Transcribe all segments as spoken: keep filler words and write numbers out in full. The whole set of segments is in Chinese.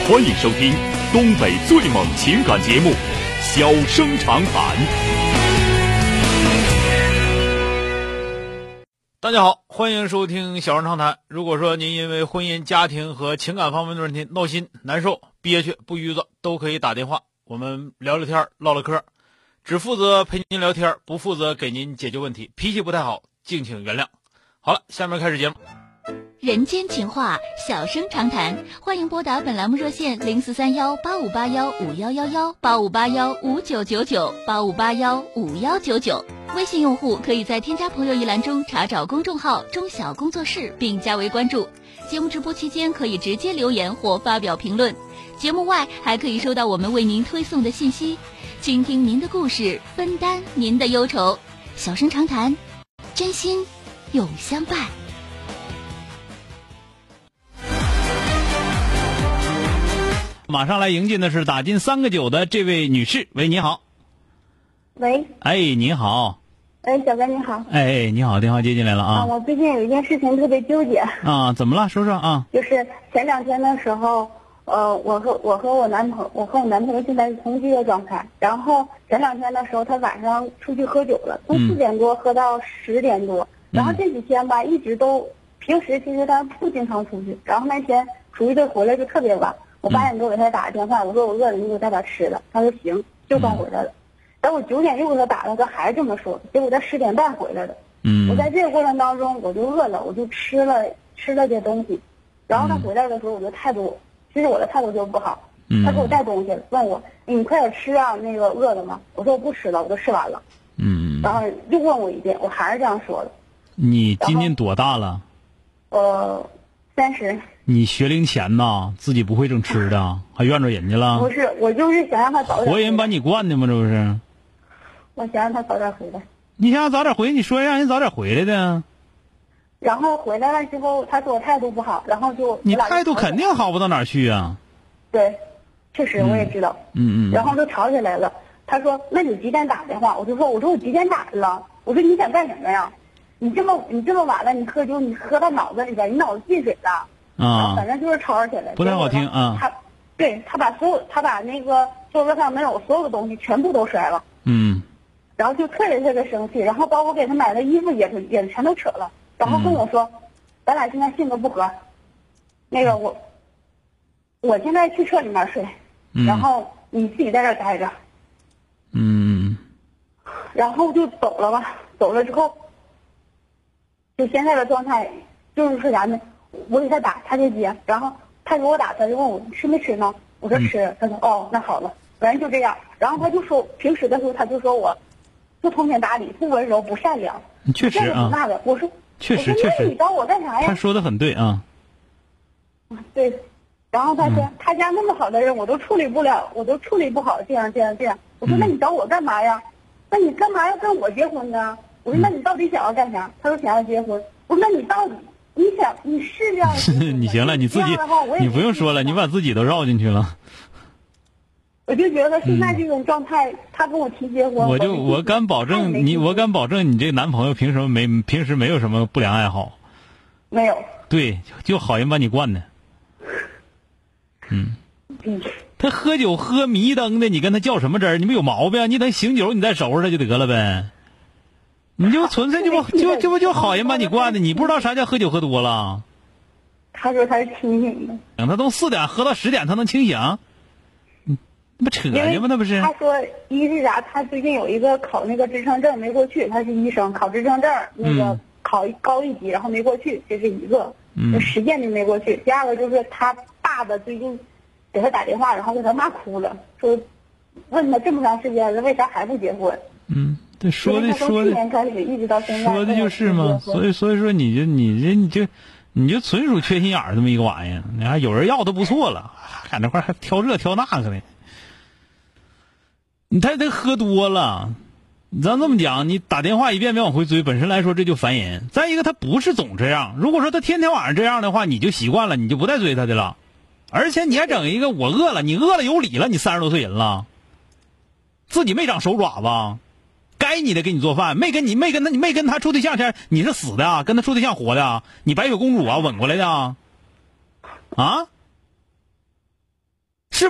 欢迎收听东北最猛情感节目《小生长谈》。 大家好，欢迎收听《小生长谈》。如果说您因为婚姻、家庭和情感方面的问题闹心、难受、憋屈、不愉快，都可以打电话，我们聊聊天、唠唠嗑，只负责陪您聊天，不负责给您解决问题。脾气不太好，敬请原谅。好了，下面开始节目。 人间情话，小生长谈，欢迎拨打本栏目热线零四三幺八五八幺五幺幺幺八五八幺五九九九八五八幺五幺九九。微信用户可以在添加朋友一栏中查找公众号中小工作室并加为关注。节目直播期间可以直接留言或发表评论，节目外还可以收到我们为您推送的信息，倾听您的故事，分担您的忧愁。小生长谈，真心永相伴。 马上来迎进的是打进三个九的这位女士。喂，你好。 喂。 哎，你好。 哎，小哥你好。 哎，你好，电话接进来了啊。 啊，我最近有一件事情特别纠结。 啊，怎么了？说说啊。 就是前两天的时候，呃，我和我和我男朋友，我和我男朋友现在是同居的状态。然后前两天的时候，他晚上出去喝酒了，从四点多喝到十点多。嗯、然后这几天吧，一直都平时其实他不经常出去，然后那天出去的回来就特别晚。我八点多给他打个电话，我说我饿了，你给我带点吃的。他说行，就刚回来了。然后我九点又给他打了，他还是这么说，结果他十点半回来的。嗯，我在这个过程当中我就饿了，我就吃了吃了点东西。然后他回来的时候，我就态度，其实我的态度就不好。嗯，他给我带东西，问我你快点吃啊，那个饿了吗？我说我不吃了，我都吃完了。嗯，然后又问我一遍，我还是这样说的。 你今年多大了？ 呃，三十。 你学龄前呐，自己不会整吃的，还怨着人家了？ 不是，我就是想让他早点。 活人把你惯的吗？这不是？ 我想让他早点回来。 你想让早点回，你说让人早点回来的。 然后回来了之后，他说我态度不好，然后就你态度肯定好不到哪儿去啊。 对，确实我也知道。嗯嗯。然后就吵起来了。他说：“那你几点打电话？”我就说：“我说我几点打的了？我说你想干什么呀？你这么你这么晚了，你喝酒，你喝到脑子里边，你脑子进水了。”啊，反正就是吵吵起来， 不太好听啊。 他，对他把所有，他把那个桌子上没有所有的东西全部都摔了。嗯。然后就特别特别生气，然后把我给他买的衣服也也全都扯了，然后跟我说，嗯、咱俩现在性格不合，那个我，我现在去车里面睡，嗯、然后你自己在这儿待着。嗯。然后就走了吧，走了之后，就现在的状态就是说啥呢？我给他打，他就接，然后他给我打，他就问我吃没吃呢？我说吃，嗯、他说哦，那好了，反正就这样。然后他就说，平时的时候他就说我不通情达理，不温柔，不善良。 确实啊。 那个，我说确实确实。 你找我干啥呀？ 他说的很对啊。 对，然后他说、嗯、他家那么好的人，我都处理不了，我都处理不好，这样这样这样。我说、嗯、那你找我干嘛呀？那你干嘛要跟我结婚呢？我说那你到底想要干啥？他说想要结婚。我说那你到底？你想你是这样你行了，你自己你不用说了，你把自己都绕进去了。 我就觉得现在这种状态，嗯、他跟我提结婚， 我就我敢保证你，我敢保证你这男朋友凭什么没平时没有什么不良爱好？ 没有。 对，就好人把你惯的。嗯。嗯。他喝酒喝迷瞪的，你跟他较什么真儿？你们有毛病？你等醒酒你再收拾他就得了呗。你就纯粹就不就就不就好人把你惯的，你不知道啥叫喝酒喝多了。 他说他是清醒的。 等他都四点喝到十点，他能清醒？嗯，那不扯呢吗？那不是？ 他说一是啥？他最近有一个考那个职称证没过去，他是医生，考职称证那个考高一级，然后没过去，这是一个。嗯。实践的没过去。第二个就是他爸爸最近给他打电话，然后给他骂哭了，说问他这么长时间了，为啥还不结婚？ 嗯。这说的说的说的就是嘛，所以所以说你就你这你就你就纯属缺心眼儿这么一个玩意儿，你看有人要都不错了，搁那块还挑这挑那个的，你太得喝多了。咱这么讲，你打电话一遍遍往回追，本身来说这就烦人。再一个，他不是总这样，如果说他天天晚上这样的话，你就习惯了，你就不再追他的了。而且你还整一个我饿了，你饿了有理了，你三十多岁人了，自己没长手爪子。该你的给你做饭，没跟你没跟他你没跟他处对象前，你是死的啊，跟他处对象活的啊，你白雪公主啊，吻过来的啊，啊，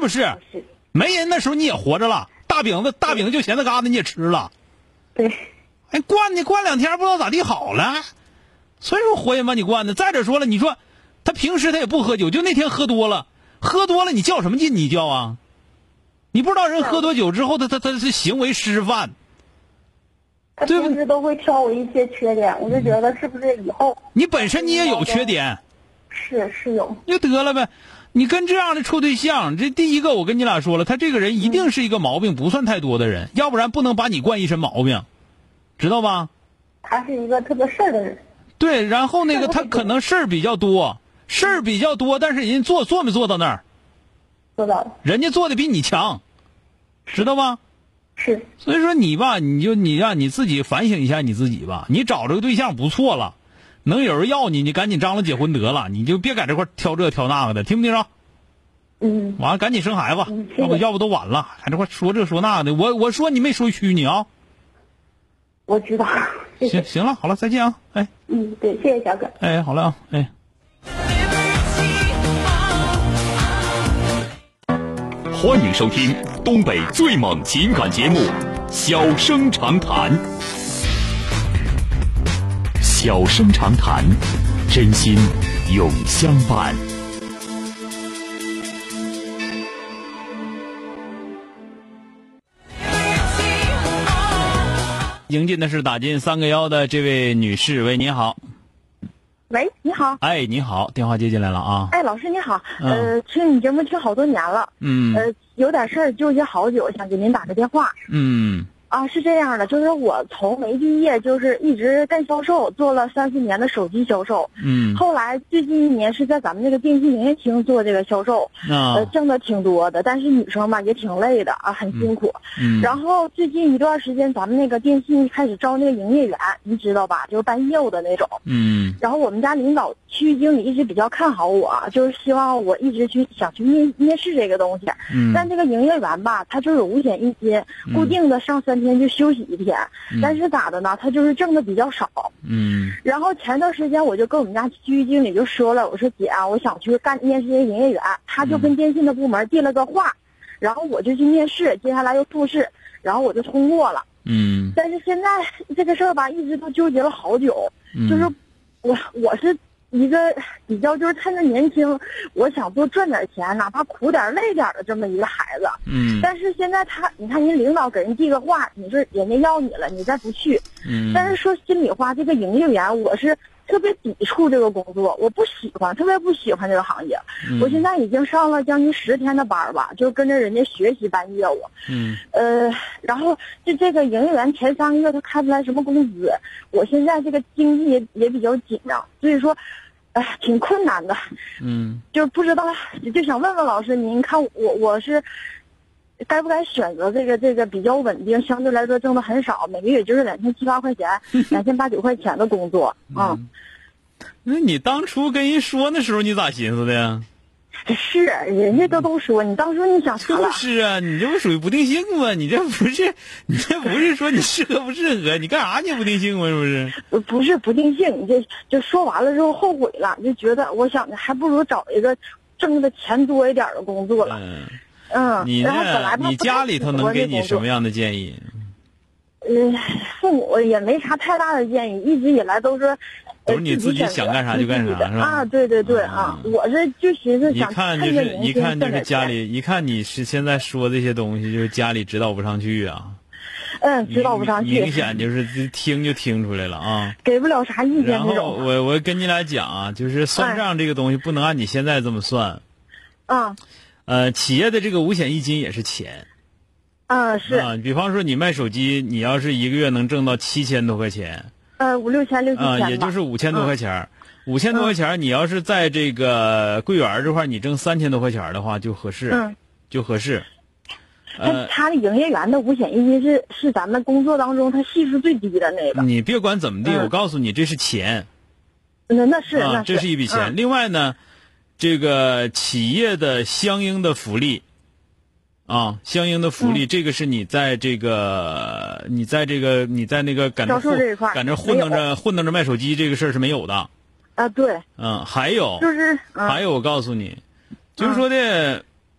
不是？ 是。 没人那时候你也活着了，大饼子大饼就咸菜疙瘩你也吃了。 对。 哎，灌你灌两天不知道咋地好了，所以说活人把你灌的。再者说了，你说他平时他也不喝酒，就那天喝多了，喝多了你较什么劲？你较啊？你不知道人喝多酒之后他他他是行为失范。 他平时都会挑我一些缺点，我就觉得是不是以后你本身你也有缺点， 是是有就得了呗。你跟这样的处对象，这第一个我跟你俩说了，他这个人一定是一个毛病不算太多的人，要不然不能把你惯一身毛病，知道吧？ 他是一个特别事儿的人。 对，然后那个他可能事儿比较多，事儿比较多，但是人家做做没做到那儿？ 做到了。 人家做的比你强，知道吧？ 是。 所以说你吧，你就你让你自己反省一下你自己吧。你找这个对象不错了，能有人要你，你赶紧张罗结婚得了，你就别在这块挑这挑那个的，听不听着？ 嗯。 完了赶紧生孩子， 嗯、 要不要不都晚了，还这块说这说那的。我我说你没说虚你啊。 我知道。谢谢行行了，好了，再见啊！哎。 嗯，对，谢谢小哥。 哎，好了啊，哎。 欢迎收听东北最猛情感节目《小生长谈》。小生长谈，真心永相伴。 迎进的是打进三个幺的这位女士，喂，你好。 喂，你好。 哎，你好，电话接进来了啊。 哎，老师你好， 嗯、 呃，听你节目听好多年了， 嗯， 呃，有点事儿纠结好久，想给您打个电话。 嗯。 啊，是这样的，就是我从没毕业，就是一直干销售，做了三四年的手机销售。 嗯。 后来最近一年是在咱们那个电信营业厅做这个销售， 啊， 呃，挣的挺多的，但是女生嘛也挺累的啊，很辛苦。 嗯。 然后最近一段时间，咱们那个电信开始招那个营业员，你知道吧？就是办业务的那种。 嗯。 然后我们家领导区域经理一直比较看好我，就是希望我一直去想去面面试这个东西。 嗯。 但这个营业员吧，他就有五险一金，固定的上三天就休息一天。 嗯、 但是咋的呢？他就是挣的比较少。 嗯。 然后前段时间我就跟我们家区域经理就说了，我说姐啊，我想去干面试这个营业员。他就跟电信的部门递了个话，嗯、然后我就去面试，接下来又复试，然后我就通过了。 嗯。 但是现在这个事儿吧，一直都纠结了好久。 嗯、 就是我我是一个比较就是趁着年轻，我想多赚点钱，哪怕苦点累点的这么一个孩子。 嗯。 但是现在他，你看人领导给人递个话，你说人家要你了，你再不去。 嗯。 但是说心里话，这个营业员我是特别抵触这个工作，我不喜欢，特别不喜欢这个行业。 嗯。 我现在已经上了将近十天的班吧，就跟着人家学习办业务。 嗯。 呃，然后就这个营业员前三个月他开不来什么工资，我现在这个经济也也比较紧张，所以说。哎，挺困难的， 嗯， 就不知道，就想问问老师，您看我我是该不该选择这个这个比较稳定，相对来说挣的很少，每个月就是两千七八块钱，两千八九块钱的工作啊。 嗯，那你当初跟人说那时候，你咋寻思的呀？ 是，人家都都说你当初你想啥了？ 就是啊，你这不属于不定性吗？你这不是，你这不是说你适合不适合？你干啥你不定性吗？是不是？ 不是不定性，你这就说完了之后后悔了，就觉得我想还不如找一个挣的钱多一点的工作了。 嗯， 嗯， 你然后本来你家里头能给你什么样的建议？ 嗯，父母也没啥太大的建议，一直以来都是。 都是你自己想干啥就干啥，是吧？ 啊，对对对啊！我这就寻思想一看就是一看就是家里，一看你是现在说这些东西，就是家里指导不上去啊。 嗯，指导不上去， 明显就是听就听出来了啊。 给不了啥意见那种。 然后我我跟你俩讲啊，就是算账这个东西不能按你现在这么算。 啊。 呃，企业的这个五险一金也是钱。 啊，是。 啊，比方说你卖手机，你要是一个月能挣到七千多块钱。 呃，五六千六七千吧， 啊，也就是五千多块钱，五千多块钱，你要是在这个桂园这块，你挣三千多块钱的话，就合适， 嗯， 就合适。 呃，他的营业员的五险一金是是咱们工作当中他系数最低的那个。 你别管怎么地，我告诉你，这是钱。 那那是啊， 那是， 这是一笔钱。另外呢，这个企业的相应的福利。啊，相应的福利， 嗯、 这个是你在这个，你在这个，你在那个赶着混，赶着混腾着混腾着卖手机这个事儿是没有的。 啊，对。 嗯，还有就是， 嗯、还有我告诉你，就是说的，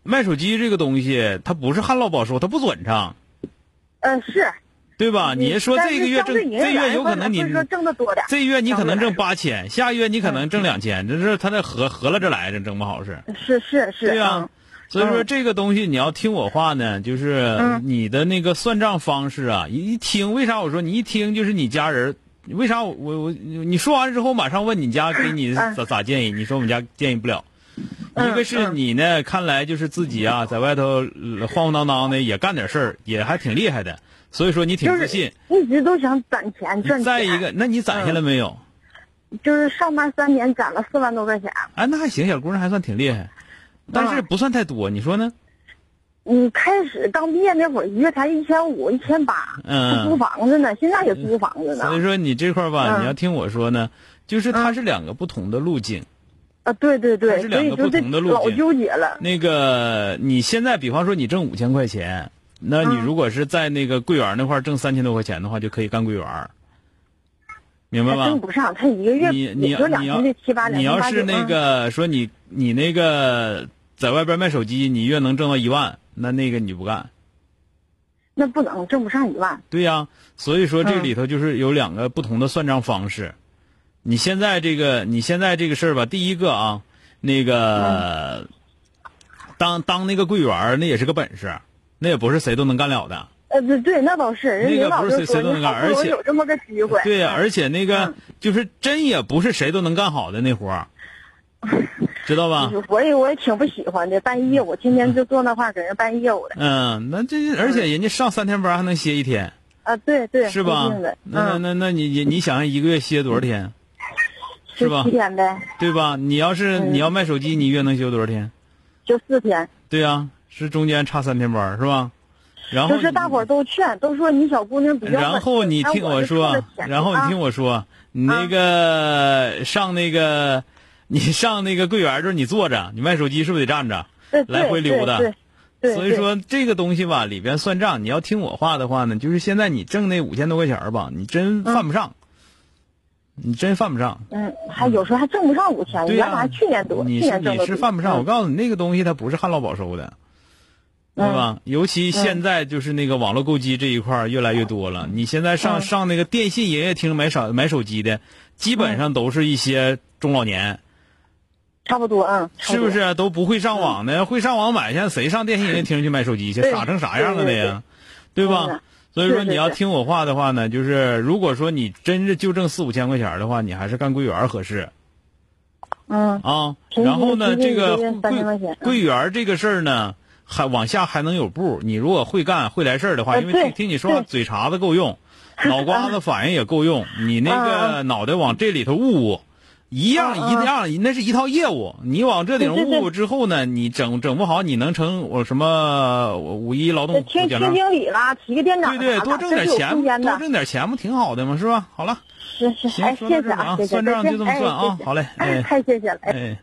卖手机这个东西，它不是旱涝保收，它不准上， 呃，是， 对吧？你说这个月挣，这月有可能你说挣的多点， 这月你可能挣八千，下月你可能挣两千，这是他这合合了着来，这挣不好是。 是是是。 对呀，所以说这个东西你要听我话呢，就是你的那个算账方式啊，一听为啥我说你一听就是你家人。为啥我我我你说完之后马上问你家给你咋咋建议？你说我们家建议不了。一个是你呢，看来就是自己啊，在外头晃晃荡荡的也干点事儿，也还挺厉害的，所以说你挺自信。 一直都想攒钱赚钱。 再一个，那你攒下来没有？ 就是上班三年攒了四万多块钱。 哎，那还行，小姑娘还算挺厉害，但是不算太多，你说呢？ 你开始刚毕业那会儿，一月才一千五、一千八， 嗯， 租房子呢，现在也租房子呢。 所以说你这块吧，你要听我说呢，就是它是两个不同的路径。 啊，对对对， 它是两个不同的路径， 老纠结了。 那个，你现在比方说你挣五千块钱，那你如果是在那个柜员那块挣三千多块钱的话，就可以干柜员，明白吗？ 挣不上，他一个月你你就两千七八， 你要是那个说你你那个在外边卖手机，你月能挣到一万，那那个你不干。 那不能挣不上一万。 对呀，所以说这里头就是有两个不同的算账方式。你现在这个，你现在这个事儿吧，第一个啊，那个，当当那个柜员，那也是个本事，那也不是谁都能干了的。 呃，对对，那倒是，人领导就说你好不容易有这么个机会。 对呀，而且那个就是真也不是谁都能干好的那活儿，知道吧？ 我也我也挺不喜欢的，办业务，天天就坐那块给人办业务的。 嗯，那这而且人家上三天班还能歇一天。 啊，对对， 是吧？那那那那你你你想想一个月歇多少天？是吧？ 七天呗， 对吧？你要是、嗯、你要卖手机，你月能休多少天？ 就四天。 对呀、啊，是中间差三天班，是吧？然后就是大伙儿都劝，都说你小姑娘比较。 然后你听我说，然后你听我说，啊、你那个、啊、上那个，你上那个柜员就是你坐着，你卖手机是不是得站着？来回溜达。 对对对对所以说这个东西吧，里边算账，你要听我话的话呢，就是现在你挣那五千多块钱吧，你真犯不上。嗯你真犯不上， 嗯，还有时候还挣不上五千， 对呀、 啊，去年多， 你是你是犯不上。 嗯、 我告诉你，那个东西它不是旱涝保收的，对吧？ 嗯、 尤其现在就是那个网络购机这一块越来越多了。你现在上、 嗯、 上那个电信营业厅买手买手机的，基本上都是一些中老年， 差不多，嗯， 是不是都不会上网的？嗯、会上网买，现在谁上电信营业厅去买手机去？傻成啥样了的呀？对吧？ 嗯所以说你要听我话的话呢，就是如果说你真是就挣四五千块钱的话，你还是干柜员合适。 嗯啊，然后呢，这个柜柜员这个事儿呢，还往下还能有步。你如果会干会来事儿的话，因为听听你说话嘴茬子够用，脑瓜子反应也够用，你那个脑袋往这里头捂捂。一样一样，那是一套业务。你往这顶务之后呢，你整整不好，你能成我什么五一劳动厅厅经理啦，提个店长， 对对，多挣点钱，多挣点钱不挺好的吗？是吧？好了， 是是， 行，说到这啊，算账就这么算啊。好嘞，哎， 太谢谢了， 哎。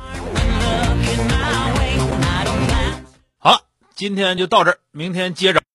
好了，今天就到这儿，明天接着。